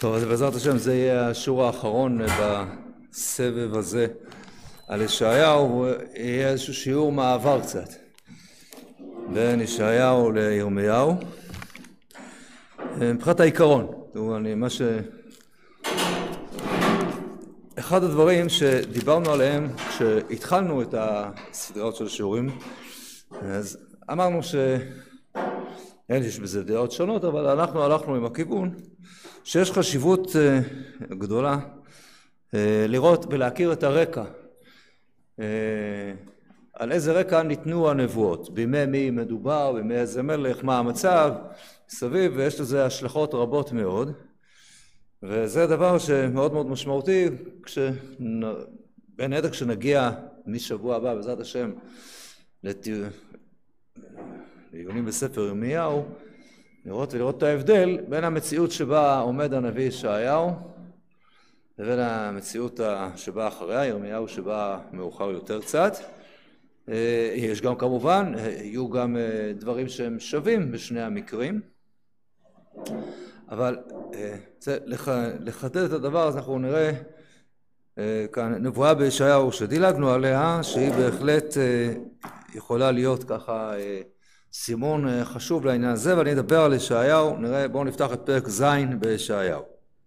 טוב, אז בעזרת השם זה יהיה השיעור האחרון בסבב הזה על ישעיהו. יהיה איזשהו שיעור מעבר קצת בין ישעיהו לירמיהו מבחינת העיקרון. אחד הדברים שדיברנו עליהם כשהתחלנו את הסדרות של השיעורים, אז אמרנו שיש בזה דעות שונות, אבל אנחנו הלכנו עם הכיוון שיש חשיבות גדולה לראות ולהכיר את הרקע, על איזה רקע ניתנו הנבואות, בימי מי מדובר, בימי איזה מלך, מה המצב סביב, ויש לזה השלכות רבות מאוד, וזה דבר שמאוד מאוד משמעותי בין היתר כשנגיע משבוע הבא בעזרת השם לעיונים בספר ירמיהו, לראות את ההבדל בין המציאות שבה עומד הנביא ישעיהו לבין המציאות שבה אחריה, ירמיהו שבה מאוחר יותר קצת. יש גם כמובן, יהיו גם דברים שהם שווים בשני המקרים, אבל לחדד את הדבר, אז אנחנו נראה כאן נבואה בישעיהו שדילגנו עליה, שהיא בהחלט יכולה להיות ככה סימון חשוב לעניין הזה, ואני אדבר על ישעיהו. נראה, בואו נפתח את פרק ז' בישעיהו.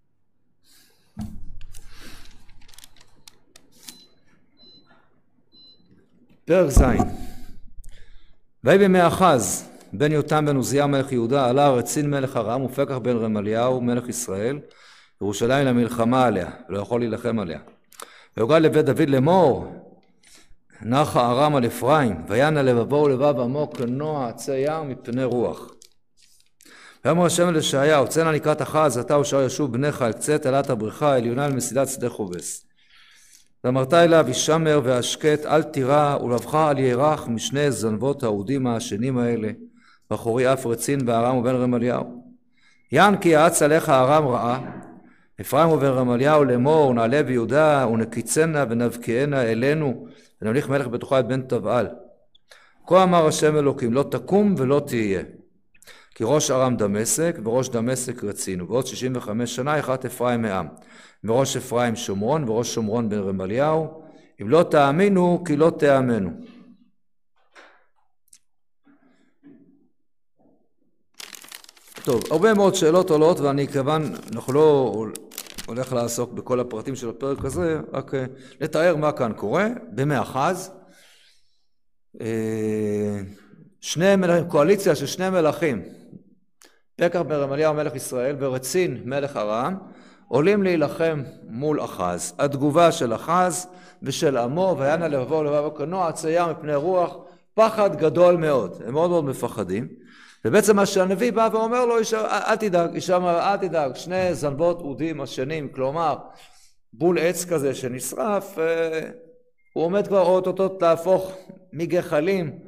פרק ז'. ויהי בימי אחז בן יותם בן עוזיה מלך יהודה עלה רצין מלך ארם ופקח בן רמליהו מלך ישראל ירושלים למלחמה עליה, ולא יכול להילחם עליה. ויוגד לבית דוד לאמור, נחה ארם על אפרים, ויען לבבו ולבב עמו כנוע עצי ים מפני רוח. ויאמר השם אל ישעיהו, צא נא לקראת אחז, אתה ושאר ישוב בניך אל קצה תעלת הבריכה העליונה אל מסילת שדה חובס. ואמרת אליו, הישמר והשקט, אל תירא, ולבך אל ירח משני זנבות האודים העשנים האלה, בחורי אף רצין בארם ובן רמליהו. יען כי יעץ עליך ארם רעה, אפרים ובן רמליהו לאמור, נעלה ביהודה ונקיצנה ונבקיענה אלינו, ונמליך מלך בתוכה את בן תבעל. כה אמר השם אלוקים, לא תקום ולא תהיה. כי ראש ארם דמשק וראש דמשק רצין, ובעוד 65 שנה יחת אפרים מעם. וראש אפרים שומרון וראש שומרון בן רמליהו. אם לא תאמינו כי לא תאמנו. טוב, הרבה מאוד שאלות עולות, ואני כיוון, אנחנו לא הולך לעסוק בכל הפרטים של הפרק הזה, רק לתאר מה כאן קורה. בימי אחז, קואליציה של שני מלכים, פקח בן רמליהו מלך ישראל ורצין מלך ארם, עולים להילחם מול אחז. התגובה של אחז ושל עמו, ויען לבבו ולבבו כנוע עצי ים מפני רוח, פחד גדול מאוד, הם מאוד מאוד מפחדים. ובעצם מה שהנביא בא ואומר לו, אל תדאג, אל תדאג, שני זנבות אודים עשנים, כלומר בול עץ כזה שנשרף, הוא עומד כבר אוטוטוט להפוך מגחלים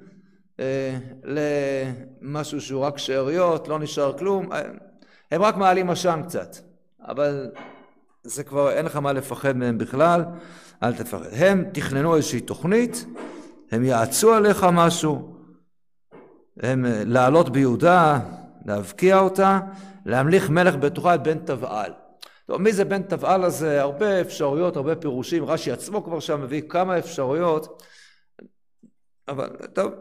למשהו שהוא רק שאריות, לא נשאר כלום, הם רק מעלים עשן קצת, אבל זה כבר אין לך מה לפחד מהם בכלל, אל תפחד. הם תכננו איזושהי תוכנית, הם יעצו עליך משהו, הם לעלות ביהודה, להבקיע אותה, להמליך מלך בתוכה את בן תבעל. טוב, מי זה בן תבעל הזה? הרבה אפשרויות, הרבה פירושים, רש"י עצמו כבר שם מביא כמה אפשרויות, אבל טוב,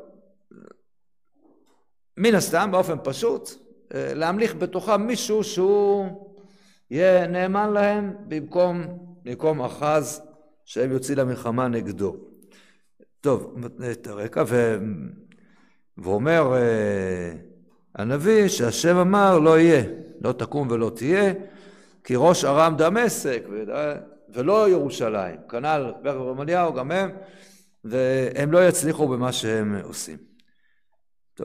מן הסתם באופן פשוט, להמליך בתוכה מישהו שהוא יהיה נאמן להם במקום אחז שהם יוצאים למלחמה נגדו. טוב, את הרקע, ואומר הנביא שהשם אמר לא יהיה, לא תקום ולא תהיה, כי ראש ארם דמשק ולא ירושלים, כנ"ל פקח בן רמליהו גם הם, והם לא יצליחו במה שהם עושים. טוב.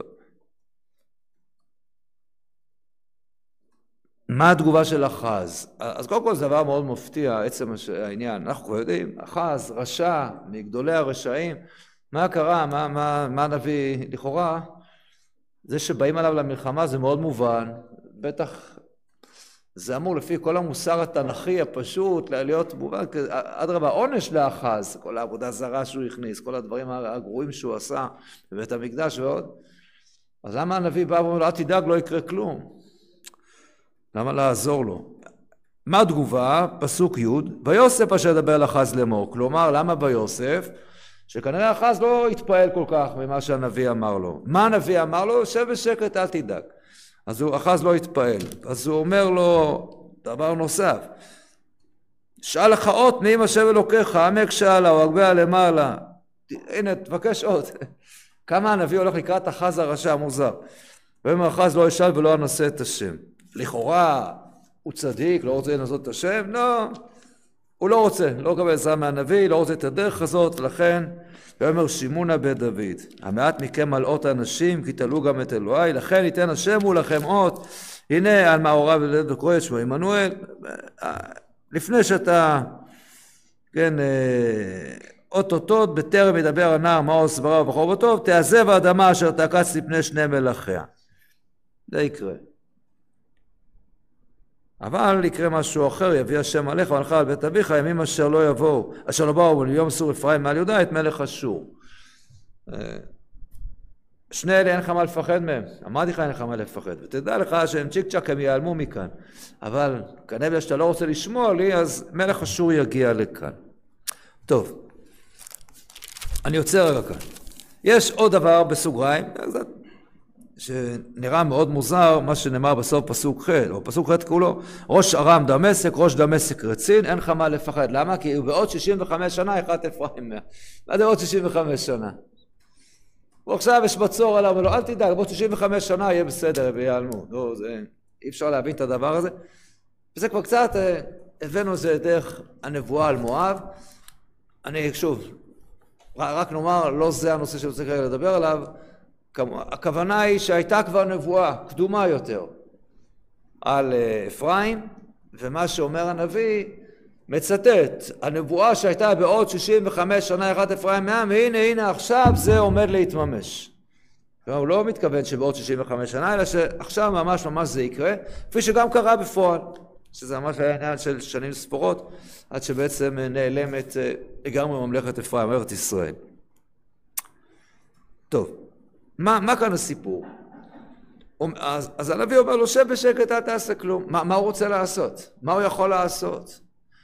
מה התגובה של אחז? אז קודם כל זה דבר מאוד מפתיע, עצם העניין, אנחנו כבר יודעים, אחז רשע מגדולי הרשעים, מה קרה? מה נביא לכאורה? זה שבאים עליו למלחמה זה מאוד מובן, בטח זה אמור לפי כל המוסר התנ"כי הפשוט להיות מובן, אדרבה עונש לאחז, כל העבודה זרה שהוא הכניס, כל הדברים הגרועים שהוא עשה בבית המקדש ועוד. אז למה הנביא בא ואומר לו, אל תדאג, לא יקרה כלום? למה לעזור לו? מה התגובה? פסוק י' ויוסף אשר ידבר לאחז לאמור. כלומר, למה ויוסף? שכנראה אחז לא התפעל כל כך ממה שהנביא אמר לו. מה הנביא אמר לו? שב בשקט, אל תדאג. אז אחז לא התפעל. אז הוא אומר לו דבר נוסף. שאל לך אות נעים השם אלוקיך, עמק שאלה או הגביה למעלה. הנה, תבקש עוד. כמה הנביא הולך לקראת אחז הרשע המוזר. ואומר אחז לא ישאל ולא אנסה את השם. לכאורה הוא צדיק, לא רוצה לנסות את השם? לא. הוא לא רוצה, לא קבל עזרה מהנביא, לא רוצה את הדרך הזאת, לכן ואומר שימונה בית דוד. המעט מכם על אות האנשים, כי תלו גם את אלוהי, לכן ייתן השם הוא לכם אות. הנה על מעורב ולד וקרוא את שמו עמנואל. לפני שאתה, כן, אותות בטרם ידבר הנער מעוז סברה ובחור טוב, תעזב האדמה אשר תעקץ לפני שני מלאכיה. זה יקרה. אבל יקרה משהו אחר, יביא השם עליך ועליך על בית אביך, ימים אשר לא יבואו, אשר לא באו ליום סור אפרים מעל יהודה את מלך אשור. שני אלה אין לך מה לפחד מהם, אמרתי לך אין לך מה לפחד, ותדע לך שהם צ'יק צ'ק הם ייעלמו מכאן, אבל כנראה שאתה לא רוצה לשמוע לי, אז מלך אשור יגיע לכאן. טוב, אני עוצר רגע כאן. יש עוד דבר בסוגריים, שנראה מאוד מוזר, מה שנאמר בסוף פסוק ח', או פסוק ח' כולו, ראש ארם דמשק, ראש דמשק רצין, אין לך מה לפחד. למה? כי בעוד 65 שנה יחת אפרים 100. מה זה עוד 65 שנה? ועכשיו יש בצור עליו, ולא, אל תדאג, בעוד 65 שנה יהיה בסדר, ויעלמו. לא, אי אפשר להבין את הדבר הזה. וזה כבר קצת, הבאנו זה דרך הנבואה על מואב. אני, שוב, רק נאמר, לא זה הנושא שרוצה כרגע לדבר עליו, הכוונה היא שהייתה כבר נבואה קדומה יותר על אפרים, ומה שאומר הנביא מצטט, הנבואה שהייתה בעוד 65 שנה יחת אפרים 100, והנה עכשיו זה עומד להתממש. הוא לא מתכוון שבעוד 65 שנה, אלא שעכשיו ממש זה יקרה, כפי שגם קרה בפועל, שזה ממש היה עניין של שנים ספורות, עד שבעצם נעלמת לגמרי ממלכת אפרים, ארץ ישראל. טוב. מה כאן הסיפור? אז הנביא אומר לו, שב בשקט, אל תעשה כלום. מה הוא רוצה לעשות? מה הוא יכול לעשות?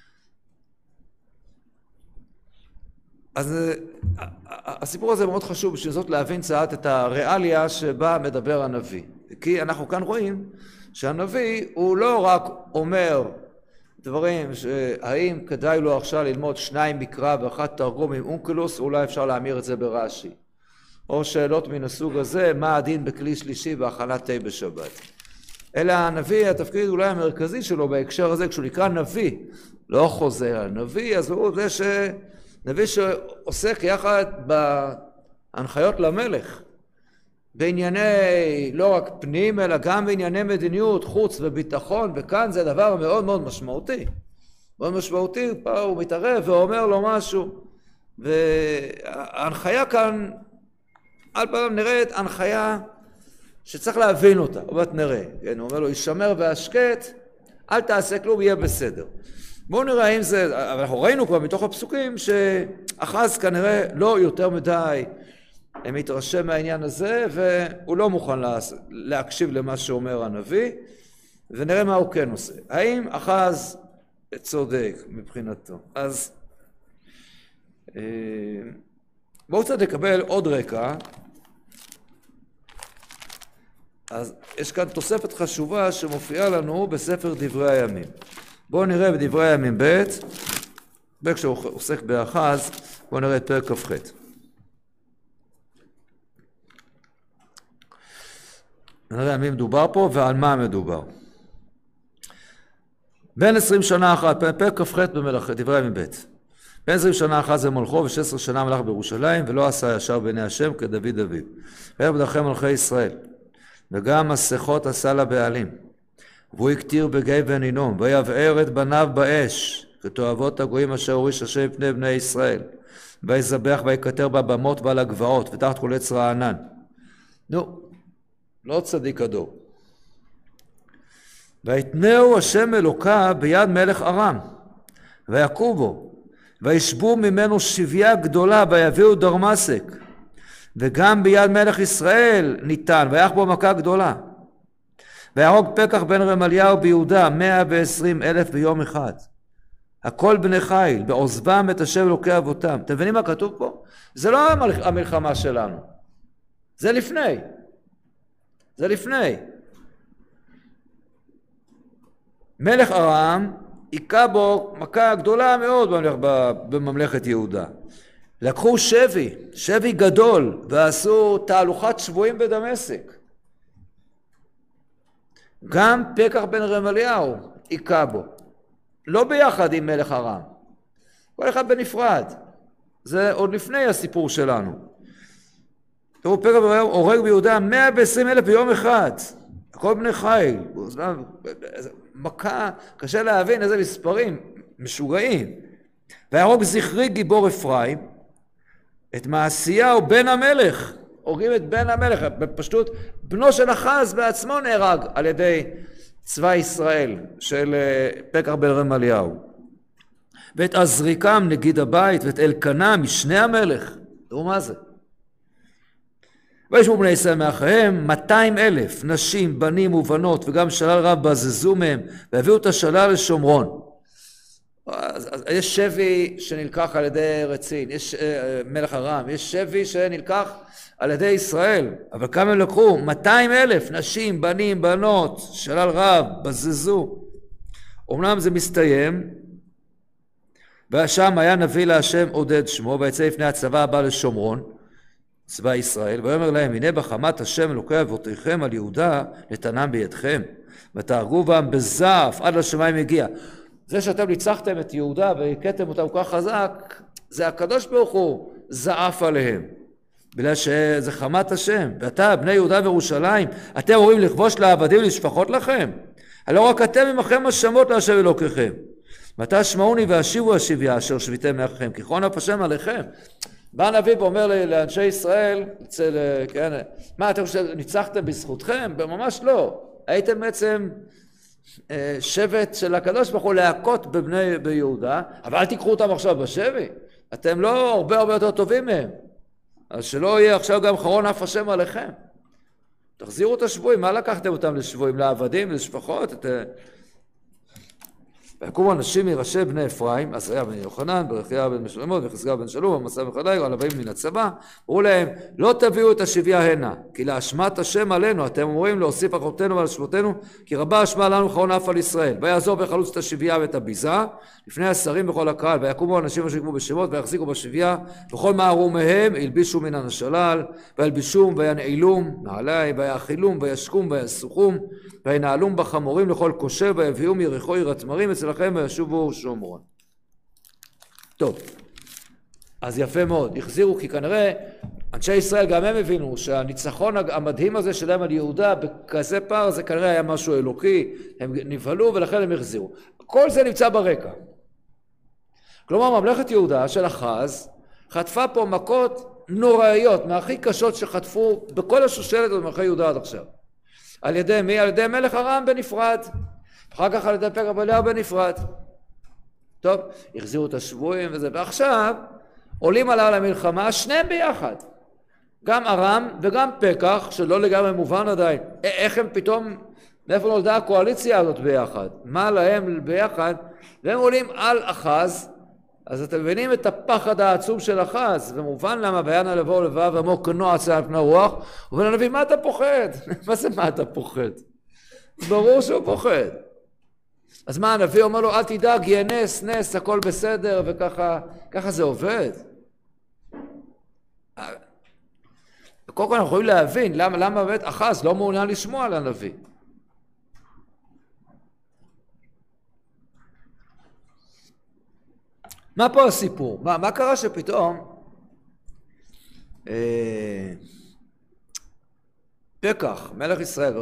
אז הסיפור הזה מאוד חשוב בשביל זאת להבין קצת את הריאליה שבה מדבר הנביא. כי אנחנו כאן רואים שהנביא הוא לא רק אומר דברים שהאם כדאי לו עכשיו ללמוד 2 מקרא ואחת תרגום עם אונקלוס, אולי אפשר להמיר את זה ברש"י. או שאלות מן הסוג הזה, מה הדין בכלי שלישי והאכלת תה בשבת. אלא הנביא, התפקיד אולי המרכזי שלו בהקשר הזה, כשהוא נקרא נביא, לא חוזר, נביא, אז הוא זה נביא שעוסק יחד בהנחיות למלך, בענייני לא רק פנים, אלא גם בענייני מדיניות, חוץ וביטחון, וכאן זה דבר מאוד מאוד משמעותי. מאוד משמעותי, פה הוא מתערב ואומר לו משהו, וההנחיה כאן, על פעם נראית הנחיה שצריך להבין אותה, עוד נראה, כן? הוא אומר לו, ישמר והשקט, אל תעשה כלום, יהיה בסדר. בואו נראה אם זה, אנחנו ראינו כבר מתוך הפסוקים שאחז כנראה לא יותר מדי מתרשם מהעניין הזה, והוא לא מוכן להקשיב למה שאומר הנביא, ונראה מה הוא כן עושה. האם אחז צודק מבחינתו? אז בואו קצת לקבל עוד רקע. אז יש כאן תוספת חשובה שמופיעה לנו בספר דברי הימים. בואו נראה בדברי הימים ב' כשהוא עוסק באחז, בואו נראה את פרק כ"ח. נראה מי מדובר פה ועל מה מדובר. בין 20 שנה אחת, פרק כ"ח דברי הימים ב'. בין 20 שנה אחת זה מולכו ו16 שנה מלך בירושלים, ולא עשה ישר בעיני השם כדוד אביו. והיה בדרכי מלכי ישראל. וגם מסכות עשה לבעלים. והוא הקטיר בגיא בן הינום, ויבער את בניו באש, כתועבות הגויים אשר הוריש השם פני בני ישראל. ויזבח ויקטר בבמות ועל הגבעות, ותחת כל עץ רענן. נו, לא צדיק הדור. ויתנהו השם אלוקה ביד מלך ארם, ויקעו בו. וישבו ממנו שביה גדולה, ויביאו דרמשק, וגם ביד מלך ישראל ניתן, ויח בו מכה גדולה. ויהרוג פקח בן רמליהו ביהודה 120,000 ביום אחד. הכל בני חיל, בעוזבם את השם אלוקי אבותם. אתם מבינים מה כתוב פה? זה לא המלחמה שלנו. זה לפני. זה לפני. מלך ארם היכה בו מכה גדולה מאוד בממלכת יהודה. לקחו שבי גדול, ועשו תהלוכת שבויים בדמשק. גם פקח בן רמליהו היכה בו. לא ביחד עם מלך ארם. כל אחד בנפרד. זה עוד לפני הסיפור שלנו. תראו, פקח בן רמליהו הורג ביהודה 120,000 ביום אחד. הכל בני חיל. מכה, קשה להבין איזה מספרים משוגעים. ויהרוג זכרי גיבור אפרים את מעשיהו בן המלך. הורגים את בן המלך, בפשטות בנו של אחז בעצמו נהרג על ידי צבא ישראל של פקח בן רמליהו. ואת עזריקם נגיד הבית ואת אלקנה משני המלך. תראו מה זה. וישבו בני ישראל מאחיהם 200,000 נשים, בנים ובנות, וגם שלל רב בזזו מהם, והביאו את השלל לשומרון. אז יש שבי שנלקח על ידי רצין, יש מלך ארם, יש שבי שנלקח על ידי ישראל, אבל כמה הם לקחו? 200,000 נשים, בנים, בנות, שלל רב, בזזו. אומנם זה מסתיים, ושם היה נביא להשם עודד שמו, ויצא לפני הצבא הבא לשומרון, צבא ישראל, ויאמר להם, הנה בחמת השם אלוקי אבותיכם על יהודה, נתנם בידכם, ותהרגו בם בזעף עד לשמיים הגיע. זה שאתם ניצחתם את יהודה והכיתם אותם כל כך חזק, זה הקדוש ברוך הוא זעף עליהם, בגלל שזה חמת השם. ואתה, בני יהודה וירושלים, אתם אומרים לכבוש לעבדים ולשפחות לכם? הלא רק אתם עמכם השמות להשם אלוקיכם. מתי שמעוני והשיבו השביה אשר שביתם מאחיכם, כי כרון אף השם עליכם. בא הנביא ואומר לאנשי ישראל, כן, מה אתם חושבים, ניצחתם בזכותכם? ממש לא. הייתם בעצם שבט של הקדוש ברוך הוא להכות ביהודה, אבל אל תיקחו אותם עכשיו בשבי. אתם לא הרבה יותר טובים מהם. אז שלא יהיה עכשיו גם כרון אף השם עליכם. תחזירו את השבויים, מה לקחתם אותם לשבויים? לעבדים, לשפחות? ויקומו אנשים מראשי בני אפרים, עזריה בן יוחנן, ברכיה בן משלמות, וחזקיה בן שלום, ומצא בן חדאי, על הבאים מן הצבא, אמרו להם, לא תביאו את השביה הנה, כי להשמת השם עלינו, אתם אומרים להוסיף אחותינו ועל שמותינו, כי רבה אשמה לנו כרון אף על ישראל. ויעזוב ויחלוץ את השביה ואת הביזה, לפני השרים וכל הקהל, ויקומו אנשים אשר יקמו בשמות, ויחזיקו בשביה, וכל מערו מהם, ילבישו מן השלל, וילבישום וינעילום, נעלי, ויאכילום, וישקום, ויסוכום, וינעלום בחמורים לכל כושר, ויביאום יריחו עיר התמרים אצלכם וישובו שומרון. טוב, אז יפה מאוד, החזירו, כי כנראה אנשי ישראל גם הם הבינו שהניצחון המדהים הזה שלהם על יהודה בכזה פער זה כנראה היה משהו אלוקי, הם נבהלו ולכן הם החזירו. כל זה נמצא ברקע. כלומר, ממלכת יהודה של אחז חטפה פה מכות נוראיות, מהכי קשות שחטפו בכל השושלת במלכי יהודה עד עכשיו. על ידי מי? על ידי מלך ארם בנפרד. אחר כך על ידי פקח בן רמליהו בנפרד. טוב, החזירו את השבויים וזה, ועכשיו עולים עליו למלחמה שניהם ביחד. גם ארם וגם פקח, שלא לגמרי מובן עדיין. איך הם פתאום, מאיפה נולדה הקואליציה הזאת ביחד? מה להם ביחד? והם עולים על אחז, אז אתם מבינים את הפחד העצום של אחז, ומובן למה ויען לבוא לבב עמו כנוע צא על פני רוח, ובן הנביא, מה אתה פוחד? מה זה מה אתה פוחד? ברור שהוא פוחד. אז מה הנביא אומר לו, אל תדאג, יהיה נס, נס, הכל בסדר, וככה זה עובד. קודם כל אנחנו יכולים להבין למה באמת אחז לא מעוניין לשמוע על הנביא. מה פה הסיפור? מה קרה שפתאום פקח, מלך ישראל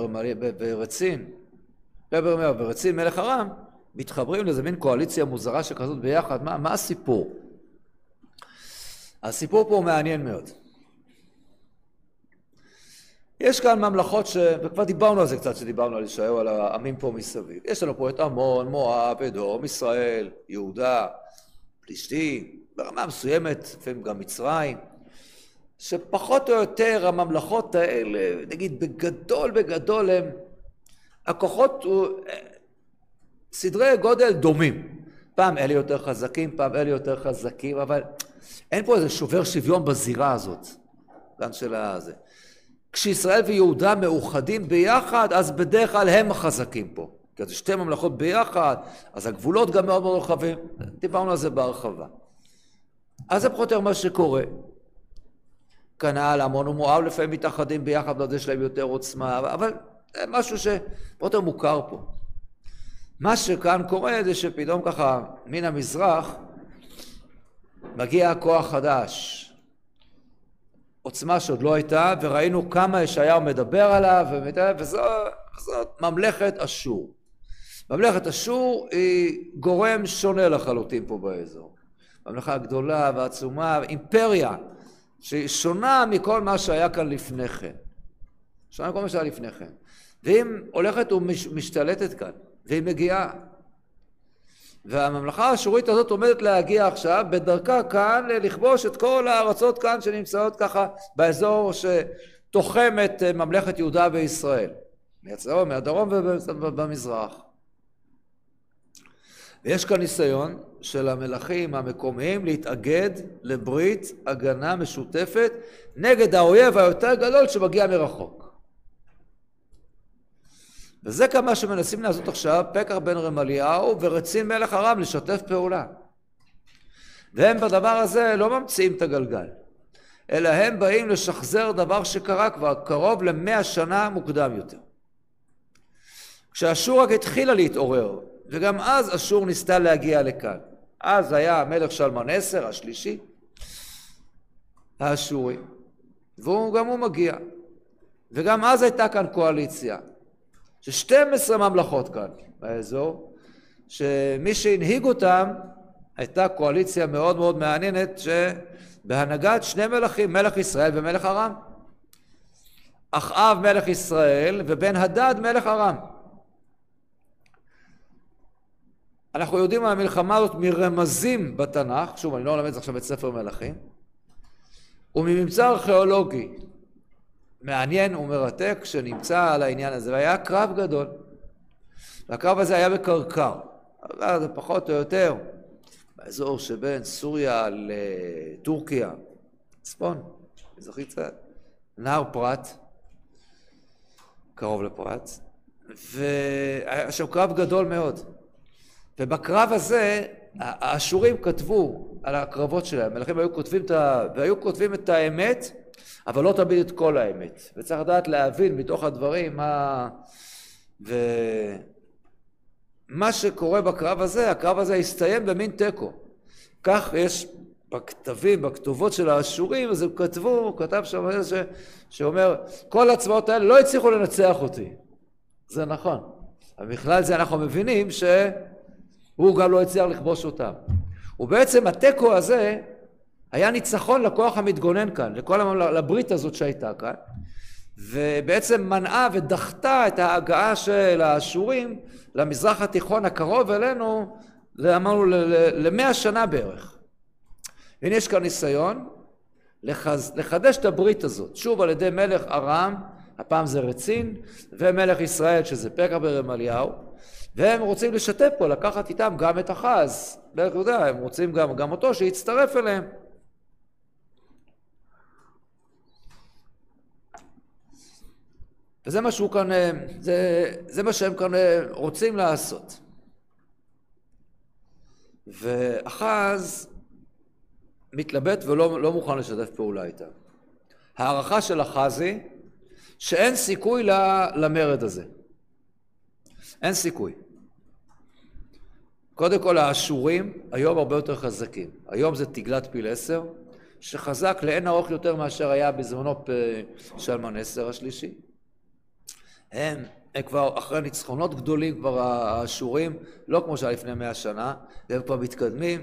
ורצין, מלך ארם, מתחברים לאיזה מין קואליציה מוזרה שכזאת ביחד? מה הסיפור? הסיפור פה מעניין מאוד. יש כאן ממלכות וכבר דיברנו על זה קצת, שדיברנו על ישעיהו, על העמים פה מסביב. יש לנו פה את עמון, מואב, אדום, ישראל, יהודה, פלישתים, ברמה מסוימת, לפעמים גם מצרים, שפחות או יותר הממלכות האלה, נגיד בגדול הם הכוחות סדרי גודל דומים. פעם אלה יותר חזקים, פעם אלה יותר חזקים, אבל אין פה איזה שובר שוויון בזירה הזאת. גם של הזה. כשישראל ויהודה מאוחדים ביחד, אז בדרך כלל הם החזקים פה. כי זה שתי ממלכות ביחד, אז הגבולות גם מאוד מאוד רחבים. דיברנו על זה בהרחבה. אז זה פחות או יותר מה שקורה. כנ"ל עמון ומואב לפעמים מתאחדים ביחד, ועוד יש להם יותר עוצמה, אבל זה משהו שפחות או יותר מוכר פה. מה שכאן קורה זה שפתאום ככה מן המזרח מגיע כוח חדש. עוצמה שעוד לא הייתה, וראינו כמה ישעיהו מדבר עליו, וזאת ממלכת אשור. ממלכת אשור היא גורם שונה לחלוטין פה באזור. ממלכה גדולה ועצומה, אימפריה, שהיא שונה מכל מה שהיה כאן לפני כן. שונה מכל מה שהיה לפני כן. והיא הולכת ומשתלטת כאן, והיא מגיעה. והממלכה האשורית הזאת עומדת להגיע עכשיו בדרכה כאן לכבוש את כל הארצות כאן שנמצאות ככה באזור שתוחם את ממלכת יהודה וישראל. מהדרום ובמזרח. ויש כאן ניסיון של המלכים המקומיים להתאגד לברית הגנה משותפת נגד האויב היותר גדול שמגיע מרחוק. וזה כמה שמנסים לעשות עכשיו פקח בן רמליהו ורצין מלך ארם לשתף פעולה. והם בדבר הזה לא ממציאים את הגלגל, אלא הם באים לשחזר דבר שקרה כבר קרוב ל100 שנה מוקדם יותר. כשאשור רק התחילה להתעורר, וגם אז אשור ניסתה להגיע לכאן. אז היה המלך שלמנסר השלישי, האשורי, וגם הוא מגיע. וגם אז הייתה כאן קואליציה. ש12 ממלכות כאן באזור, שמי שהנהיג אותם הייתה קואליציה מאוד מאוד מעניינת שבהנהגת שני מלכים, מלך ישראל ומלך ארם. אחאב מלך ישראל ובן הדד מלך ארם. אנחנו יודעים על המלחמה הזאת מרמזים בתנ"ך, שוב אני לא אלמד עכשיו את ספר מלכים, ומממצא ארכיאולוגי מעניין ומרתק שנמצא על העניין הזה, והיה קרב גדול. והקרב הזה היה בקרקר, זה פחות או יותר באזור שבין סוריה לטורקיה, צפון, מזרחית צד, נהר פרת, קרוב לפרת, והיה שם קרב גדול מאוד. ובקרב הזה האשורים כתבו על הקרבות שלהם, המלכים היו כותבים את האמת, אבל לא תמיד את כל האמת. וצריך לדעת להבין מתוך הדברים מה שקורה בקרב הזה, הקרב הזה הסתיים במין תיקו. כך יש בכתבים, בכתובות של האשורים, אז הם כתב שם שאומר, כל הצבאות האלה לא הצליחו לנצח אותי. זה נכון. אבל בכלל זה אנחנו מבינים שהוא גם לא הצליח לכבוש אותם. ובעצם התיקו הזה היה ניצחון לכוח המתגונן כאן, לברית הזאת שהייתה כאן, ובעצם מנעה ודחתה את ההגעה של האשורים למזרח התיכון הקרוב אלינו, אמרנו ל100 שנה בערך. והנה יש כאן ניסיון לחדש את הברית הזאת, שוב על ידי מלך ארם, הפעם זה רצין, ומלך ישראל שזה פקח בן רמליהו, והם רוצים לשתף פה, לקחת איתם גם את אחז, מלך יהודה, הם רוצים גם אותו שיצטרף אליהם. וזה מה שהוא כאן, זה מה שהם כאן רוצים לעשות. ואחז מתלבט ולא מוכן לשתף פעולה איתם. הערכה של אחז היא שאין סיכוי למרד הזה. אין סיכוי. קודם כל האשורים היום הרבה יותר חזקים. היום זה תגלת פילסר, שחזק לאין ארוך יותר מאשר היה בזמנו שלמנסר השלישי. הם כבר אחרי ניצחונות גדולים, כבר האשורים, לא כמו שהיה לפני 100 שנה, והם כבר מתקדמים,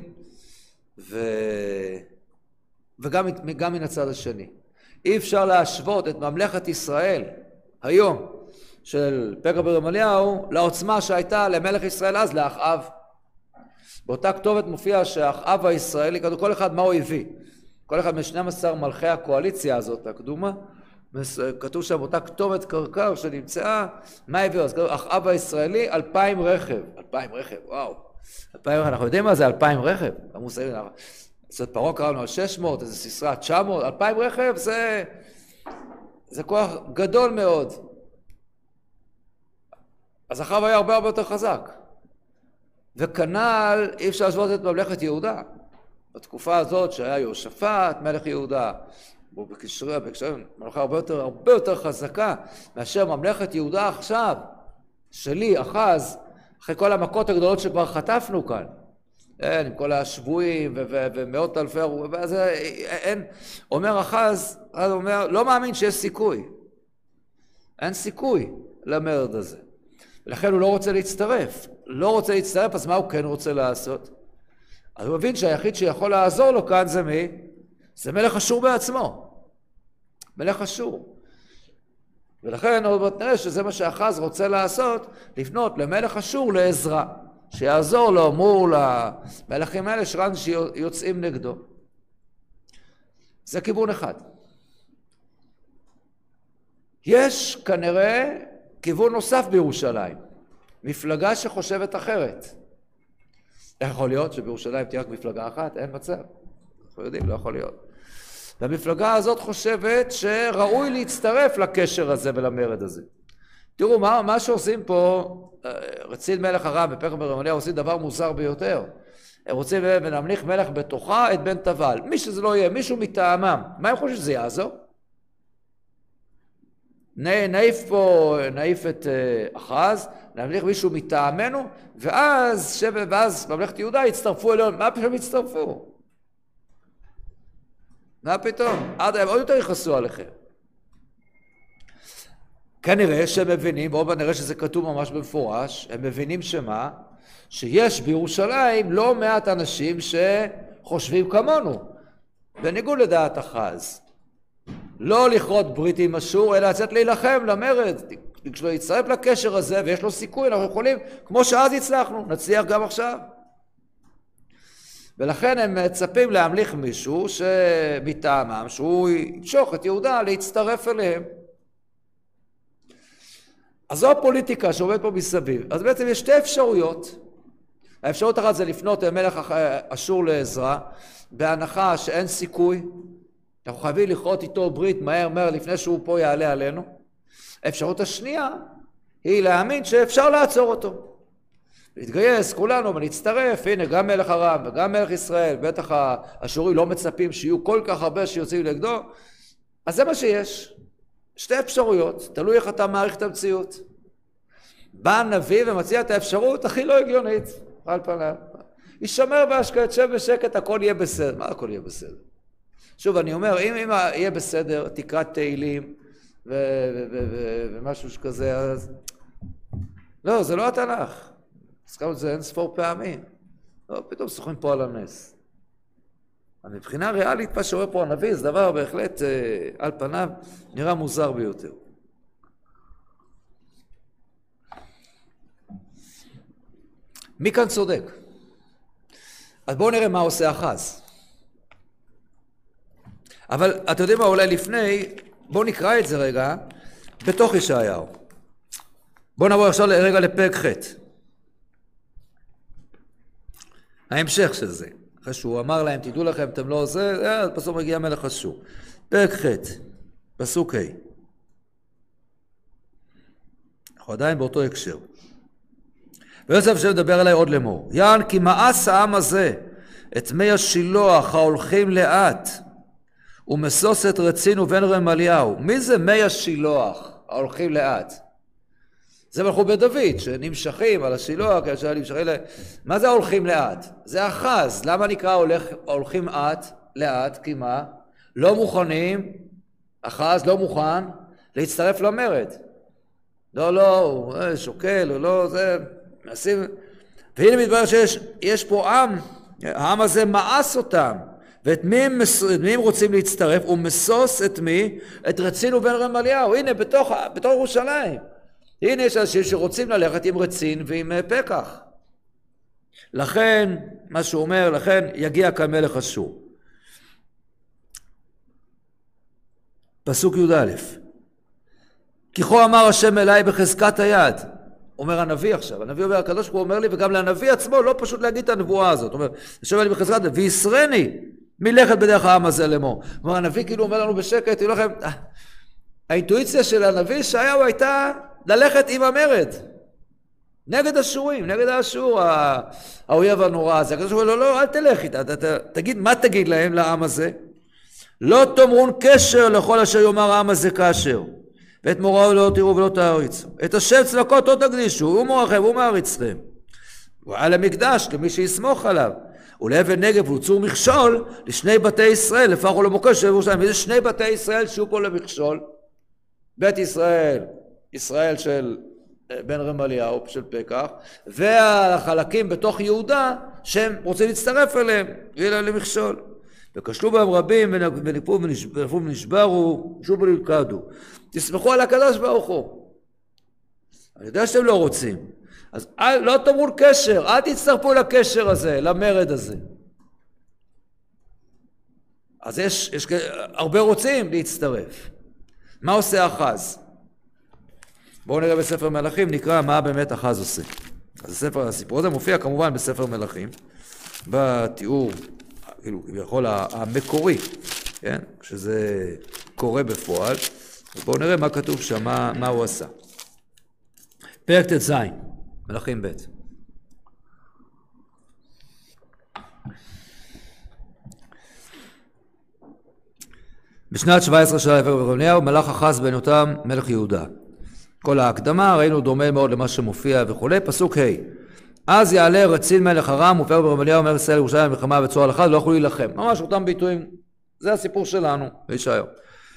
וגם מן הצד השני. אי אפשר להשוות את ממלכת ישראל היום של פקח בן רמליהו לעוצמה שהייתה למלך ישראל אז, לאחאב. באותה כתובת מופיע שהאחאב הישראלי, כל אחד מה הוא הביא. כל אחד מ12 מלכי הקואליציה הזאת הקדומה, כתוב שם אותה כתובת קרקר שנמצאה, מה הביאו? אז כתוב, אחאב הישראלי 2,000 רכב. 2,000 רכב, וואו. 2,000 רכב, אנחנו יודעים מה זה 2,000 רכב? המוסלמים, זאת פרעה קראנו על 600, איזה סיסרא 900, 2,000 רכב זה כוח גדול מאוד. אז אחאב היה הרבה יותר חזק. וכנ"ל אי אפשר להשוות את ממלכת יהודה. בתקופה הזאת שהיה יהושפט, מלך יהודה, הוא בקשרים, ממלכה הרבה יותר חזקה מאשר ממלכת יהודה עכשיו, שלי, אחז, אחרי כל המכות הגדולות שכבר חטפנו כאן. אין, עם כל השבויים ומאות אלפי, ואז אין, אומר אחז, אז הוא אומר, לא מאמין שיש סיכוי. אין סיכוי למרד הזה. ולכן הוא לא רוצה להצטרף. לא רוצה להצטרף, אז מה הוא כן רוצה לעשות? אז הוא מבין שהיחיד שיכול לעזור לו כאן זה מי? זה מלך אשור בעצמו. מלך אשור. ולכן עוד נראה שזה מה שאחז רוצה לעשות, לפנות למלך אשור לעזרה, שיעזור לו מול המלכים האלה שיוצאים נגדו. זה כיוון אחד. יש כנראה כיוון נוסף בירושלים, מפלגה שחושבת אחרת. איך יכול להיות שבירושלים תהיה רק מפלגה אחת? אין מצב. אנחנו יודעים, לא יכול להיות. והמפלגה הזאת חושבת שראוי להצטרף לקשר הזה ולמרד הזה. תראו, מה שעושים פה, רצין מלך ארם ופקח בן רמליה עושים דבר מוזר ביותר. הם רוצים להמליך מלך בתוכה את בן תבל. מי שזה לא יהיה, מישהו מטעמם. מה הם חושבים שזה יעזור? נעיף את אחז, נמליך מישהו מטעמנו, ואז ממלכת יהודה יצטרפו אליהם. מה פתאום יצטרפו? מה פתאום? עד הם עוד יותר יכעסו עליכם. כנראה שהם מבינים, בואו נראה שזה כתוב ממש במפורש, הם מבינים שמה? שיש בירושלים לא מעט אנשים שחושבים כמונו, בניגוד לדעת אחז. לא לכרות ברית עם אשור, אלא לצאת להילחם, למרד. כשלא יצטרף לקשר הזה ויש לו סיכוי, אנחנו יכולים, כמו שאז הצלחנו, נצליח גם עכשיו. ולכן הם מצפים להמליך מישהו שמטעמם, שהוא ימשוך את יהודה להצטרף אליהם. אז זו הפוליטיקה שעובד פה מסביב. אז בעצם יש שתי אפשרויות. האפשרות אחת זה לפנות למלך אשור לעזרה, בהנחה שאין סיכוי. אנחנו חייבים לכרות איתו ברית מהר לפני שהוא פה יעלה עלינו. האפשרות השנייה היא להאמין שאפשר לעצור אותו. להתגייס כולנו ונצטרף, הנה גם מלך ארם וגם מלך ישראל, בטח האשורים לא מצפים שיהיו כל כך הרבה שיוצאים נגדו, אז זה מה שיש. שתי אפשרויות, תלוי איך אתה מעריך את המציאות. בא הנביא ומציע את האפשרות הכי לא הגיונית, על פניו. ישמר בהשקעת שם בשקט, הכל יהיה בסדר. מה הכל יהיה בסדר? שוב, אני אומר, אם יהיה בסדר, תקרא תהילים ומשהו שכזה, אז... לא, זה לא התנ"ך. הזכרנו את זה אין ספור פעמים. לא, פתאום סוכנים פה על הנס. מבחינה ריאלית, מה שאומר פה הנביא, זה דבר בהחלט על פניו נראה מוזר ביותר. מי כאן צודק? אז בואו נראה מה עושה אחז. אבל אתם יודעים מה, אולי לפני, בואו נקרא את זה רגע, בתוך ישעיהו. בואו נעבור עכשיו רגע לפרק ח'. ההמשך של זה. אחרי שהוא אמר להם, תדעו לכם, אתם לא זה, אז בסוף מגיע מלך אשור. פרק ח', פסוק ה'. אנחנו עדיין באותו הקשר. ויוסף השם מדבר אליי עוד לאמור. יען כי מאס העם הזה את מי השילוח ההולכים לאט, ומסוס את רצין ובן רמליהו. מי זה מי השילוח ההולכים לאט? זה מלכות בית דוד, שנמשכים על השילוח, מה זה הולכים לאט? זה אחז. למה נקרא הולכים לאט? כי מה? לא מוכנים, אחז לא מוכן להצטרף למרד. לא, הוא שוקל, או לא, זה, מנסים. והנה מתברר שיש פה עם, העם הזה מאס אותם. ואת מי הם רוצים להצטרף? הוא מסוס את מי? את רצין ובן רמליהו. הנה, בתוך ירושלים. הנה יש אנשים שרוצים ללכת עם רצין ועם פקח. לכן, מה שהוא אומר, לכן יגיע כאן מלך אשור. פסוק י"א. כי כה אמר השם אליי בחזקת היד. אומר הנביא עכשיו, הנביא אומר, הקדוש ברוך הוא אומר לי, וגם לנביא עצמו לא פשוט להגיד את הנבואה הזאת. אומר, השם אליי בחזקת היד, ויסרני מלכת בדרך העם הזה לאמור. אומר, הנביא כאילו אומר לנו בשקט, תראו לכם, האינטואיציה של הנביא ישעיהו הייתה ללכת עם המרד. נגד השורים, נגד האשור, האויב הנורא הזה. הקדוש ברוך הוא אומר, לא, אל תלך איתה, תגיד, מה תגיד להם, לעם הזה? לא תאמרון קשר לכל אשר יאמר העם הזה כאשר. ואת מוראו לא תראו ולא תעריצו. את השם צלקות לא תקדישו, הוא מורכם, הוא מעריצכם. ועל המקדש, למי שיסמוך עליו. ולאבן נגב ולצור מכשול, לשני בתי ישראל, לפח ולמוקש של ירושלים. וזה שני בתי ישראל שהוא פה למכשול. בית ישראל, ישראל של בן רמליהו, של פקח, והחלקים בתוך יהודה, שהם רוצים להצטרף אליהם, ויהיה למכשול. וכשלו בהם רבים, ונקפו ונשברו, שובו ללכדו. תסמכו על הקדוש ברוך הוא. אני יודע שאתם לא רוצים. אז לא תאמרו קשר, אל תצטרפו לקשר הזה, למרד הזה. אז יש הרבה רוצים להצטרף. מה עושה אחז? בואו נראה בספר מלכים, נקרא מה באמת אחז עושה. אז הסיפור הזה מופיע כמובן בספר מלכים, בתיאור, כאילו, כביכול המקורי, כן? שזה קורה בפועל. ובואו נראה מה כתוב שם, מה הוא עשה. פרק ט"ז, מלכים ב'. בשנת 17 של ירמיהו מלך אחז בן יותם מלך יהודה. כל ההקדמה ראינו דומה מאוד למה שמופיע וכו'. פסוק ה' אז יעלה רצין מלך ארם ופרק ברמליהו מלך ישראל ירושלים מלחמה בצורה לחד ולא יכלו להילחם. ממש אותם ביטויים, זה הסיפור שלנו בישעיהו.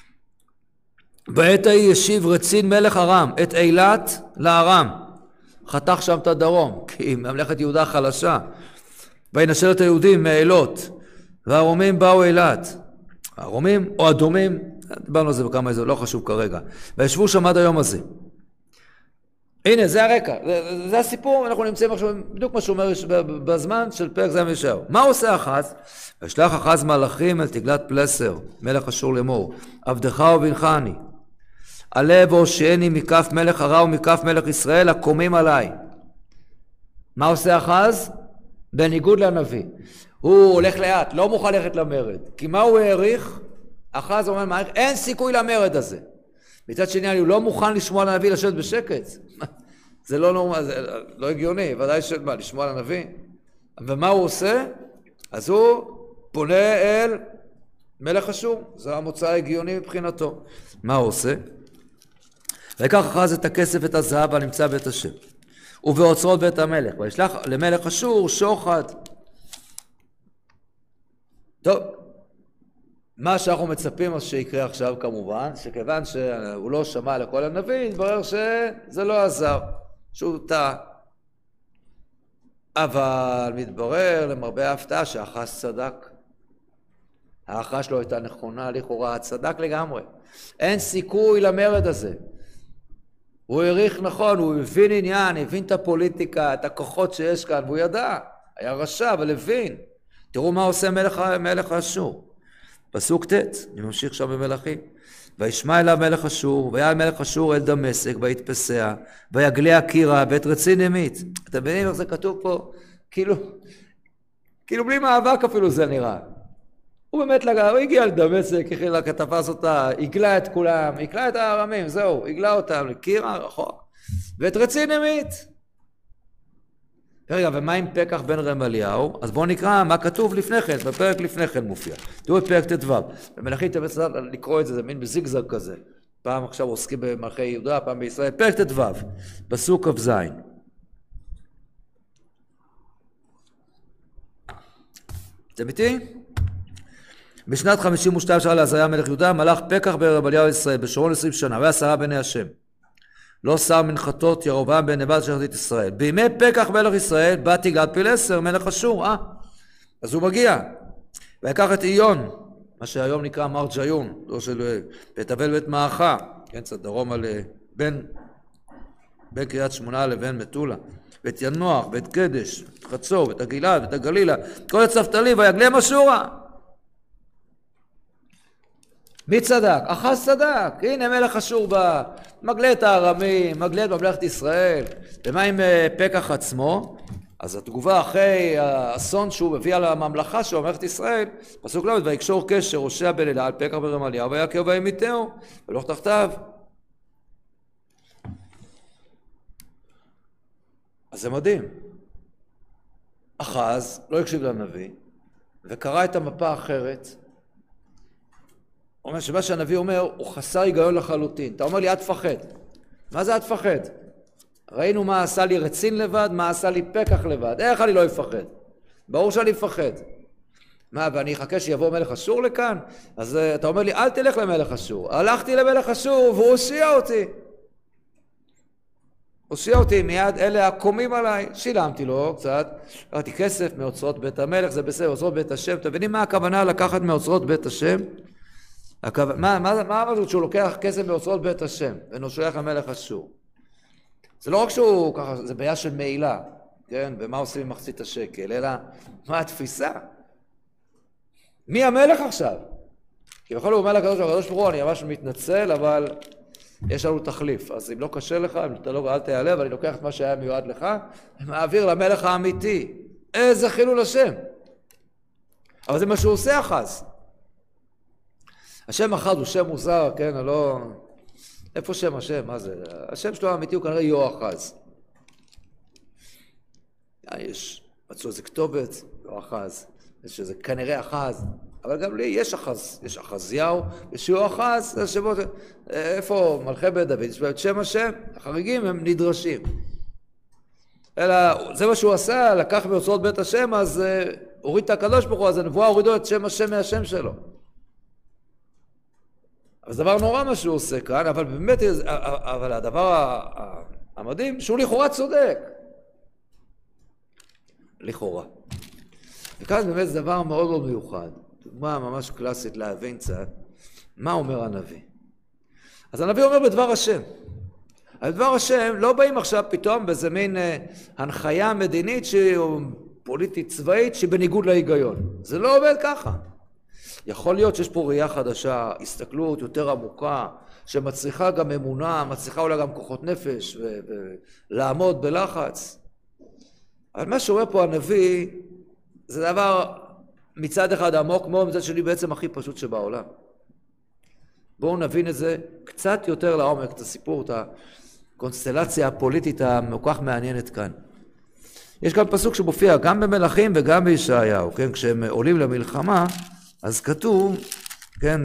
בעת ההיא ישיב רצין מלך ארם את אילת לארם, חתך שם את הדרום כי ממלכת יהודה חלשה, וינשל את היהודים מאילות, והרומים באו אילת, הרומים או אדומים, דיברנו על זה בכמה איזה, לא חשוב כרגע, וישבו שם עד היום הזה. הנה זה הרקע, זה הסיפור, אנחנו נמצאים עכשיו בדיוק מה שאומר בזמן של פרק ז' וישעיהו. מה עושה אחז? וישלח אחז מלאכים אל תגלת פלסר מלך אשור לאמור, עבדך ובנך אני, עלה והושיעני מכף מלך הרע ומכף מלך ישראל הקומים עליי. מה עושה אחז? בניגוד לנביא, הוא הולך לאט, לא מוכן ללכת למרד, כי מה הוא העריך? אחז אומר מעריך, אין סיכוי למרד הזה. מצד שני, הוא לא מוכן לשמוע על הנביא לשבת בשקט. זה לא נורמל, זה לא הגיוני, ודאי שמה, לשמוע על הנביא. ומה הוא עושה? אז הוא פונה אל מלך אשור, זה המוצא ההגיוני מבחינתו. מה הוא עושה? ויקח אחז את הכסף ואת הזהב הנמצא בית השם, ובאוצרות בית המלך, וישלח למלך אשור שוחד. טוב, מה שאנחנו מצפים שיקרה עכשיו כמובן, שכיוון שהוא לא שמע לכל הנביא, התברר שזה לא עזר, שהוא טעה. אבל מתברר למרבה ההפתעה שאחז צדק. ההערכה שלו הייתה נכונה, לכאורה צדק לגמרי. אין סיכוי למרד הזה. הוא העריך נכון, הוא הבין עניין, הבין את הפוליטיקה, את הכוחות שיש כאן, והוא ידע, היה רשע, אבל הבין. תראו מה עושה מלך אשור. פסוק ט', אני ממשיך שם במלכים. וישמע אליו מלך אשור, ויעל מלך אשור אל דמשק, ויתפסיה, ויגליה קירה, ואת רצין ימית. אתם מבינים איך זה כתוב פה? כאילו בלי מאבק אפילו זה נראה. הוא באמת הוא הגיע לדמשק, תפס אותה, הגלה את כולם, הגלה את הארמים, זהו, הגלה אותם לקירה, רחוק. ואת רצין ימית. רגע, ומה עם פקח בן רמליהו? אז בואו נקרא מה כתוב לפני כן, בפרק לפני כן מופיע. תראו את פרק ט"ו. במלכים תמיד לקרוא את זה, זה מין בזיגזג כזה. פעם עכשיו עוסקים במלכי יהודה, פעם בישראל. פרק ט"ו, פסוק כ"ז. אתם איתי? בשנת 52 שנה לעזריה מלך יהודה, מלך פקח בן רמליהו ישראל, בשרון 20 שנה, ו10 בני השם. לא שר מנחתות ירבעם בן נבט שחטית ישראל. בימי פקח מלך ישראל בא תגלת פילסר מלך אשור. אז הוא מגיע. ויקח את איון, מה שהיום נקרא מרג'יון, לא של בית אבל בית מעכה, כן, קצת דרום על בין קריית שמונה לבין מטולה. ואת ינוח, ואת קדש, ואת חצור, ואת הגלעד, ואת הגלילה, כל הצפתלי, ויגלם אשורה. מי צדק? אחז צדק. הנה מלך אשור בא, מגלה את הארמים, מגלה את ממלכת ישראל. ומה עם פקח עצמו? אז התגובה אחרי האסון שהוא מביא על הממלכה של ממלכת ישראל, פסוק ל' ויקשור קשר הושע בן אלה על פקח בן רמליהו ויכהו וימיתהו ולוך תחתיו. אז זה מדהים. אחז לא הקשיב לנביא וקרא את המפה האחרת. הוא אומר שמה שהנביא אומר הוא חסר היגיון לחלוטין. אתה אומר לי, אל תפחד. מה זה אל תפחד? ראינו מה עשה לי רצין לבד, מה עשה לי פקח לבד. איך אני לא אפחד? ברור שאני אפחד. מה, ואני אחכה שיבוא מלך אשור לכאן? אז אתה אומר לי, אל תלך למלך אשור. הלכתי למלך אשור והוא הושיע אותי. הושיע אותי מיד, אלה הקומים עליי. שילמתי לו קצת, לקחתי כסף מאוצרות בית המלך, זה בסדר, אוצרות בית השם. אתם מבינים מה הכוונה לקחת מאוצרות בית השם? מה המשמעות שהוא לוקח כסף מאוצרות בית השם ונושלח למלך אשור? זה לא רק שהוא ככה, זה בעיה של מעילה, כן? ומה עושים עם מחצית השקל, אלא מה התפיסה? מי המלך עכשיו? כי בכל הוא אומר לקדוש ברוך הוא, אני ממש מתנצל, אבל יש לנו תחליף. אז אם לא קשה לך, אם אתה לא, אל תיעלב, אני לוקח את מה שהיה מיועד לך, ומעביר למלך האמיתי. איזה חילול השם. אבל זה מה שהוא עושה אחז. השם אחז הוא שם מוזר, כן? לא... איפה שם השם? מה זה? השם שלו האמיתי הוא כנראה יהואחז. מצאו איזה כתובת, יהואחז. שזה כנראה אחז. אבל גם לי יש אחז. יש אחזיהו, יש יהואחז, זה שמות... איפה מלכי בית דוד? יש בית שם השם, החריגים הם נדרשים. אלא זה מה שהוא עשה, לקח מאוצרות בית השם, אז הוריד את הקדוש ברוך הוא, אז הנבואה הורידו את שם השם מהשם שלו. אז זה דבר נורא מה שהוא עושה כאן, אבל באמת, אבל הדבר המדהים, שהוא לכאורה צודק. לכאורה. וכאן באמת זה דבר מאוד מאוד מיוחד. דוגמה ממש קלאסית להבין קצת, מה אומר הנביא. אז הנביא אומר בדבר השם. בדבר השם לא באים עכשיו פתאום באיזה מין הנחיה מדינית פוליטית צבאית שבניגוד להיגיון. זה לא עובד ככה. יכול להיות שיש פה ראייה חדשה, הסתכלות יותר עמוקה, שמצריכה גם אמונה, מצריכה אולי גם כוחות נפש, ולעמוד בלחץ. אבל מה שאומר פה הנביא, זה דבר מצד אחד עמוק מאוד, מצד שני בעצם הכי פשוט שבעולם. בואו נבין את זה קצת יותר לעומק, את הסיפור, את הקונסטלציה הפוליטית המוכח מעניינת כאן. יש כאן פסוק שמופיע גם במלכים וגם בישעיהו, כן? כשהם עולים למלחמה, אז כתוב, כן,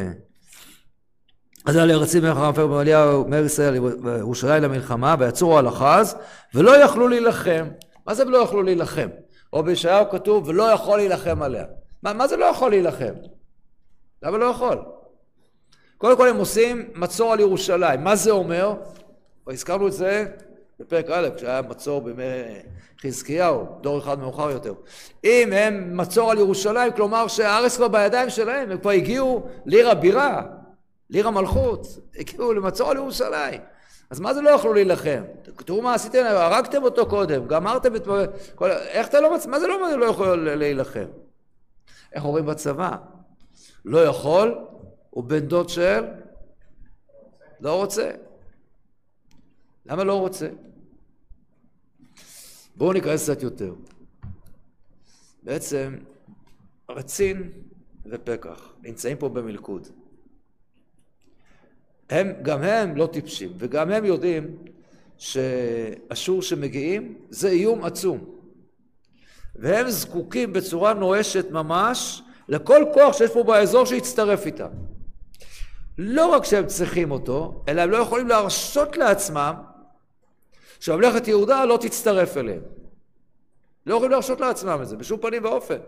אז על ארצים מלך הרמפר במליהו, מאיר ישראל, ירושלים למלחמה, ויצורו על אחז, ולא יכלו להילחם. מה זה ולא יכלו להילחם? או בישעיהו כתוב, ולא יכול להילחם עליה. מה זה לא יכול להילחם? למה לא יכול? קודם כל הם עושים מצור על ירושלים. מה זה אומר? והזכרנו את זה בפרק א', כשהיה מצור בימי חזקיהו, דור אחד מאוחר יותר. אם הם מצור על ירושלים, כלומר שהארץ כבר בידיים שלהם, הם כבר הגיעו לעיר הבירה, לעיר המלכות, הגיעו למצור על ירושלים. אז מה זה לא יכלו להילחם? תראו מה עשיתם, הרגתם אותו קודם, גמרתם את... איך אתה לא מצא? מה זה לא יכול להילחם? איך אומרים בצבא? לא יכול, הוא בן דוד של... לא רוצה. למה לא רוצה? בואו ניכנס קצת יותר. בעצם רצין ופקח נמצאים פה במלכוד. גם הם לא טיפשים, וגם הם יודעים שאשור שמגיעים זה איום עצום. והם זקוקים בצורה נואשת ממש לכל כוח שיש פה באזור שיצטרף איתם. לא רק שהם צריכים אותו, אלא הם לא יכולים להרשות לעצמם שממלכת יהודה לא תצטרף אליהם. לא יכולים להרשות לעצמם את זה, בשום פנים ואופן.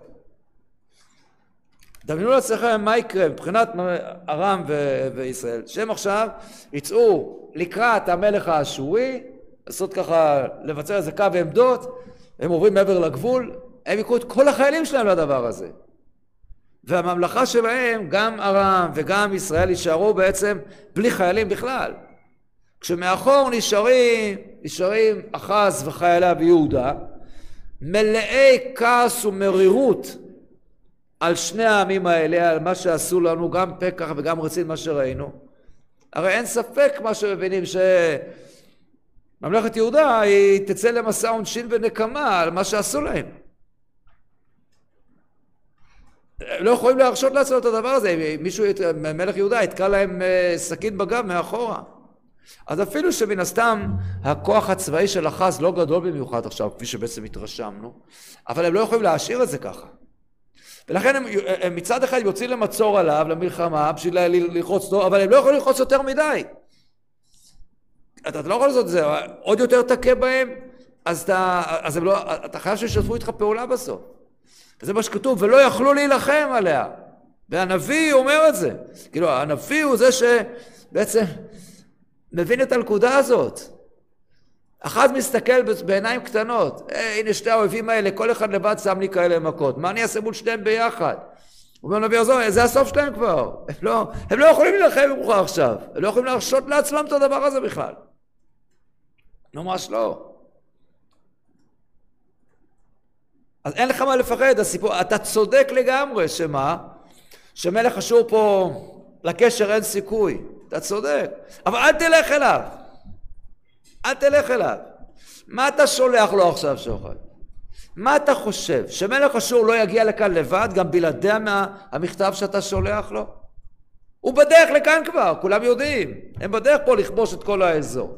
דמיינו לעצמכם מה יקרה מבחינת ארם וישראל, שהם עכשיו יצאו לקראת המלך האשורי, לעשות ככה, לבצע איזה קו עמדות, הם עוברים מעבר לגבול, הם יקרו את כל החיילים שלהם לדבר הזה. והממלכה שלהם, גם ארם וגם ישראל, יישארו בעצם בלי חיילים בכלל. כשמאחור נשארים אחז וחייליו יהודה, מלאי כעס ומרירות על שני העמים האלה, על מה שעשו לנו, גם פקח וגם רצין מה שראינו. הרי אין ספק מה שמבינים שממלכת יהודה היא תצא למסע עונשין ונקמה על מה שעשו להם. לא יכולים להרשות לעצמם את הדבר הזה, מישהו, מלך יהודה, יתקע להם סכין בגב מאחורה. אז אפילו שמן הסתם הכוח הצבאי של אחז לא גדול במיוחד עכשיו, כפי שבעצם התרשמנו, אבל הם לא יכולים להשאיר את זה ככה. ולכן הם מצד אחד יוצאים למצור עליו, למלחמה, בשביל ללחוץ לו, אבל הם לא יכולים ללחוץ יותר מדי. אתה לא יכול לעשות את זה, עוד יותר תכה בהם, אז אתה חייב שישתפו איתך פעולה בסוף. וזה מה שכתוב, ולא יכלו להילחם עליה. והנביא אומר את זה. כאילו, הנביא הוא זה שבעצם מבין את הנקודה הזאת. אחד מסתכל בעיניים קטנות, הנה שתי האויבים האלה, כל אחד לבד שם לי כאלה מכות, מה אני אעשה מול שניהם ביחד? הוא אומר נביא עזור, זה הסוף שלהם כבר, הם לא יכולים להילחם ממך עכשיו, הם לא יכולים להרשות לעצמם את הדבר הזה בכלל. ממש לא. אז אין לך מה לפחד, הסיפור, אתה צודק לגמרי, שמה? שמלך אשור פה לקשר אין סיכוי, אתה צודק, אבל אל תלך אליו. אל תלך אליו. מה אתה שולח לו עכשיו שוחד? מה אתה חושב? שמלך אשור לא יגיע לכאן לבד, גם בלעדי מהמכתב שאתה שולח לו? הוא בדרך לכאן כבר, כולם יודעים. הם בדרך פה לכבוש את כל האזור.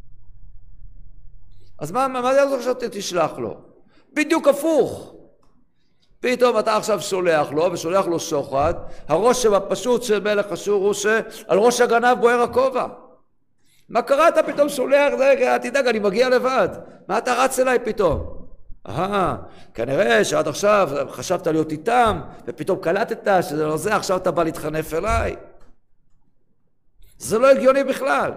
אז מה זה עכשיו תשלח לו? בדיוק הפוך. פתאום אתה עכשיו שולח לו, ושולח לו שוחד. הרושם הפשוט של מלך אשור הוא שעל ראש הגנב בוער הכובע. מה קרה? אתה פתאום שולח, תדאג, אני מגיע לבד. מה אתה רץ אליי פתאום? כנראה שעד עכשיו חשבת להיות איתם, ופתאום קלטת שזה לא זה, עכשיו אתה בא להתחנף אליי. זה לא הגיוני בכלל.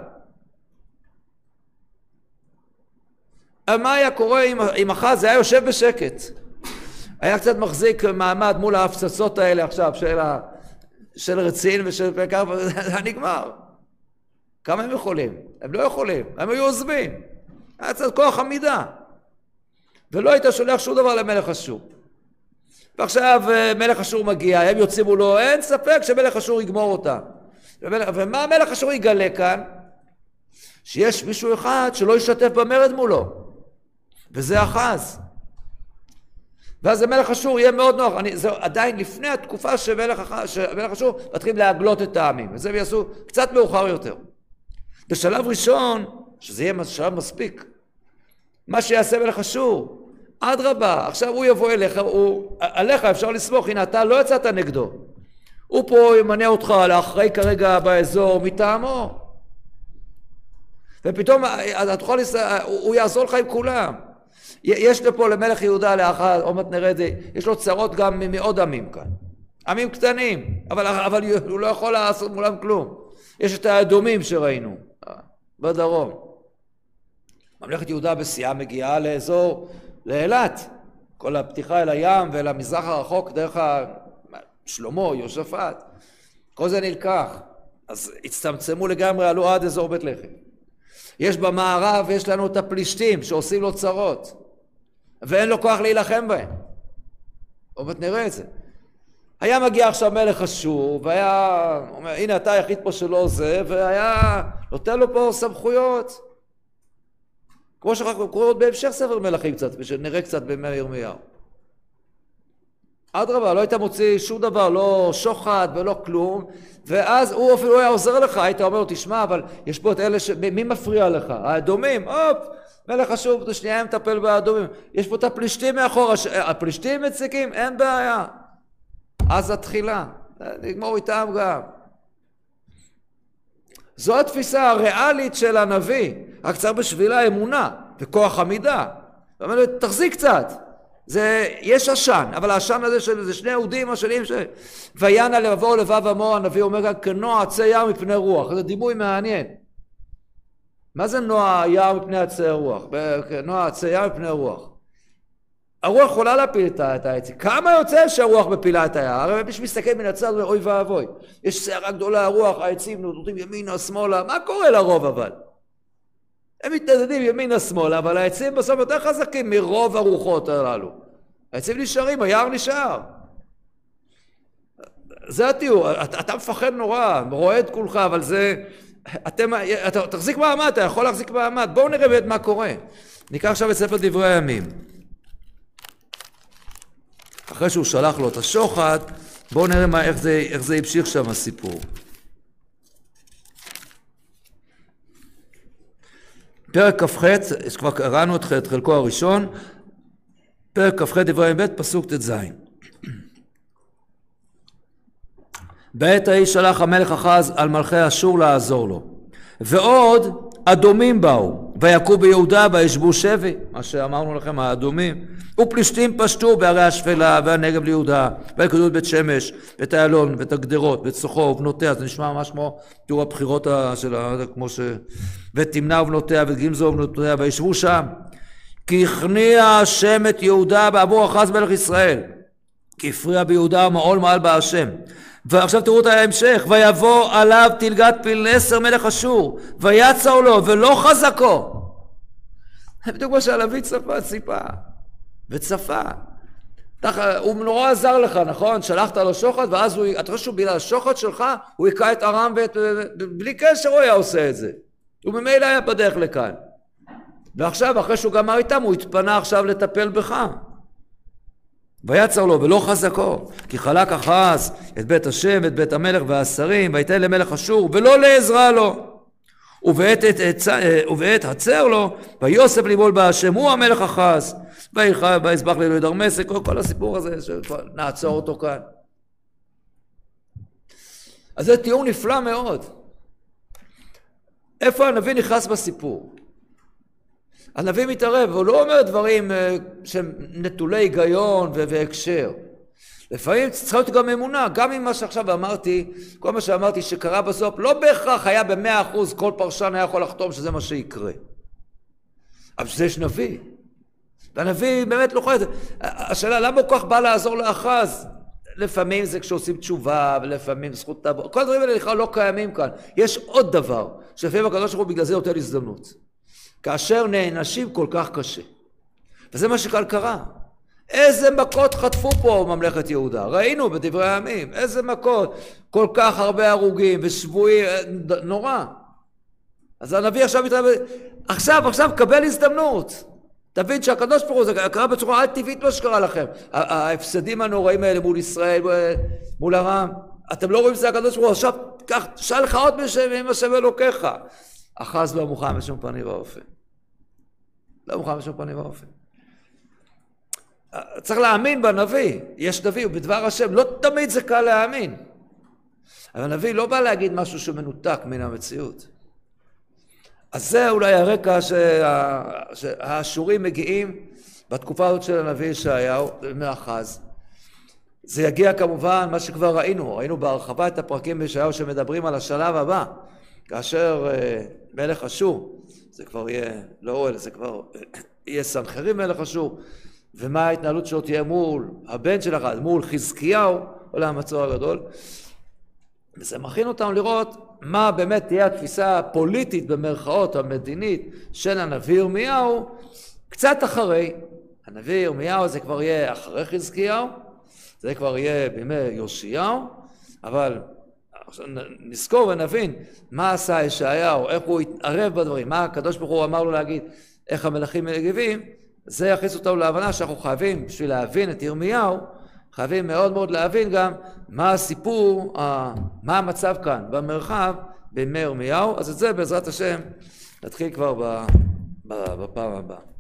מה היה קורה עם אחז? זה היה יושב בשקט. היה קצת מחזיק מעמד מול ההפצצות האלה עכשיו, של רצין ושל פקח, וזה נגמר. כמה הם יכולים? הם לא יכולים, הם היו עוזבים. היה קצת כוח עמידה. ולא היית שולח שום דבר למלך אשור. ועכשיו מלך אשור מגיע, הם יוצאים מולו, אין ספק שמלך אשור יגמור אותה. ומה מלך אשור יגלה כאן? שיש מישהו אחד שלא ישתף במרד מולו. וזה אחז. ואז המלך אשור יהיה מאוד נוח. זה עדיין לפני התקופה שמלך אשור מתחילים להגלות את העמים. וזה יעשו קצת מאוחר יותר. בשלב ראשון, שזה יהיה שלב מספיק, מה שיעשה מלך אשור, אדרבה, עכשיו הוא יבוא אליך, עליך אפשר לסמוך, הנה אתה לא יצאת נגדו. הוא פה ימנה אותך לאחראי כרגע באזור מטעמו. ופתאום הוא יעזור לך עם כולם. יש לפה למלך יהודה לאחר, עוד מעט נראה את זה, יש לו צרות גם מעוד עמים כאן. עמים קטנים, אבל הוא לא יכול לעשות מולם כלום. יש את האדומים שראינו, בדרום. ממלכת יהודה בשיאה מגיעה לאזור, לאילת. כל הפתיחה אל הים ואל המזרח הרחוק דרך שלמה, יהושפט. כל זה נלקח. אז הצטמצמו לגמרי, עלו עד אזור בית לחם. יש במערב, יש לנו את הפלישתים שעושים לו צרות. ואין לו כוח להילחם בהם. עוד מעט נראה את זה. היה מגיע עכשיו מלך אשור, והיה אומר, הנה אתה היחיד פה שלא זה, והיה נותן לו פה סמכויות. כמו שאנחנו קוראים בהמשך ספר מלכים קצת, ושנראה קצת בימי ירמיהו. אדרבה, לא היית מוציא שום דבר, לא שוחד ולא כלום, ואז הוא אפילו היה עוזר לך, היית אומר לו, תשמע, אבל יש פה את אלה מי מפריע לך? האדומים, מלך אשור, שנייה מטפל באדומים. יש פה את הפלישתים מאחורה, הפלישתים מציקים, אין בעיה. אז התחילה, נגמור איתם גם. זו התפיסה הריאלית של הנביא, רק צריך בשבילה אמונה וכוח עמידה. זאת אומרת, תחזיק קצת. יש עשן, אבל העשן הזה זה שני יהודים השנים ויען לבבו לבב עמו, הנביא אומר גם כנוע עצי ים מפני רוח. זה דימוי מעניין. מה זה נוע ים מפני עצי רוח? נוע עצי ים מפני רוח. הרוח יכולה להפיל את העצים. כמה יוצא שהרוח מפילה את היער? הרי מי שמסתכל מן הצד אומר, אוי ואבוי. יש סערה גדולה, הרוח, העצים נותנים ימינה, שמאלה. מה קורה לרוב אבל? הם מתנדדים ימינה, שמאלה, אבל העצים בסוף יותר חזקים מרוב הרוחות הללו. העצים נשארים, היער נשאר. זה התיאור, אתה מפחד נורא, רועד כולך, אבל זה, אתה תחזיק מעמד, אתה יכול להחזיק מעמד. בואו נראה באמת מה קורה. ניקח עכשיו את ספר דברי הימים. אחרי שהוא שלח לו את השוחד, בואו נראה איך זה המשיך שם הסיפור. פרק כ"ח, כבר קראנו את חלקו הראשון, פרק כ"ח דברי הימים ב' פסוק ט"ז. בעת ההיא שלח המלך אחז על מלכי אשור לעזור לו, ועוד אדומים באו ויכו ביהודה וישבו שבי, מה שאמרנו לכם, האדומים, ופלישתים פשטו בערי השפלה והנגב ליהודה, ויקדו את בית שמש ואת איילון ואת הגדרות ואת סוחו ובנותיה. זה נשמע ממש כמו תיאור הבחירות שלה, כמו ש... ותמנע ובנותיה ואת גמזו ובנותיה, וישבו שם, כי הכניע השם את יהודה בעבור אחז מלך ישראל, כי הפריע ביהודה מעול מעל בהשם. ועכשיו תראו את ההמשך, ויבוא עליו תלגת פילנסר מלך אשור ויצר לו ולא חזקו. בדיוק כמו שהלוי ציפה וצפה. הוא נורא עזר לך, נכון? שלחת לו שוחד, ואז אתה חושב שהוא בגלל השוחד שלך הוא יקע את ארם, בלי קשר הוא היה עושה את זה. הוא ממילא היה בדרך לכאן, ועכשיו אחרי שהוא גמר איתם הוא התפנה עכשיו לטפל בך. ויצר לו ולא חזקו, כי חלק אחז את בית השם ואת בית המלך והשרים, ויתן למלך אשור ולא לעזרה לו. ובעת הצר לו ויוסף ליבול בהשם, הוא המלך אחז, ויזבח לאלוהי דרמסק. כל הסיפור הזה נעצור אותו כאן. אז זה תיאור נפלא מאוד. איפה הנביא נכנס בסיפור? הנביא מתערב, הוא לא אומר דברים שהם נטולי היגיון והקשר. לפעמים צריכה להיות גם אמונה, גם עם מה שעכשיו אמרתי, כל מה שאמרתי שקרה בסוף, לא בהכרח היה ב100%, כל פרשן היה יכול לחתום שזה מה שיקרה. אבל שזה יש נביא. והנביא באמת לא יכול... השאלה, למה הוא כל כך בא לעזור לאחז? לפעמים זה כשעושים תשובה, ולפעמים זכות תעבור. כל הדברים האלה בכלל לא קיימים כאן. יש עוד דבר, שלפעמים הקדוש ברוך הוא בגלל זה נותן הזדמנות. כאשר נענשים כל כך קשה. וזה מה שכאן קרה. איזה מכות חטפו פה ממלכת יהודה. ראינו בדברי הימים. איזה מכות. כל כך הרבה הרוגים ושבויים. נורא. אז הנביא עכשיו מתראה... עכשיו, קבל הזדמנות. תבין שהקדוש ברוך הוא, זה קרה בצורה על טבעית מה שקרה לכם. ההפסדים הנוראים האלה מול ישראל, מול ארם. אתם לא רואים שזה הקדוש ברוך הוא. עכשיו, כך, שאל לך עוד משם אלוקיך. אחז לא מוכן בשום פנים ואופן. לא מוכן בשום פנים ואופן. צריך להאמין בנביא. יש נביא, ובדבר השם. לא תמיד זה קל להאמין. אבל הנביא לא בא להגיד משהו שמנותק מן המציאות. אז זה אולי הרקע שהאשורים מגיעים בתקופה הזאת של הנביא ישעיהו מאחז. זה יגיע כמובן מה שכבר ראינו בהרחבה את הפרקים בישעיהו שמדברים על השלב הבא. כאשר מלך אשור, זה כבר יהיה, לא אוהל, זה כבר יהיה סנחריב מלך אשור, ומה ההתנהלות שלו תהיה מול הבן שלך, מול חזקיהו, עולה המצור הגדול. וזה מכין אותנו לראות מה באמת תהיה התפיסה הפוליטית במרכאות המדינית של הנביא ירמיהו, קצת אחרי. הנביא ירמיהו זה כבר יהיה אחרי חזקיהו, זה כבר יהיה בימי יאשיהו, אבל נזכור ונבין מה עשה ישעיהו, איך הוא התערב בדברים, מה הקדוש ברוך הוא אמר לו להגיד, איך המלכים מגיבים. זה יכניס אותנו להבנה שאנחנו חייבים, בשביל להבין את ירמיהו, חייבים מאוד מאוד להבין גם מה הסיפור, מה המצב כאן במרחב בימי ירמיהו. אז את זה בעזרת השם נתחיל כבר בפעם הבאה.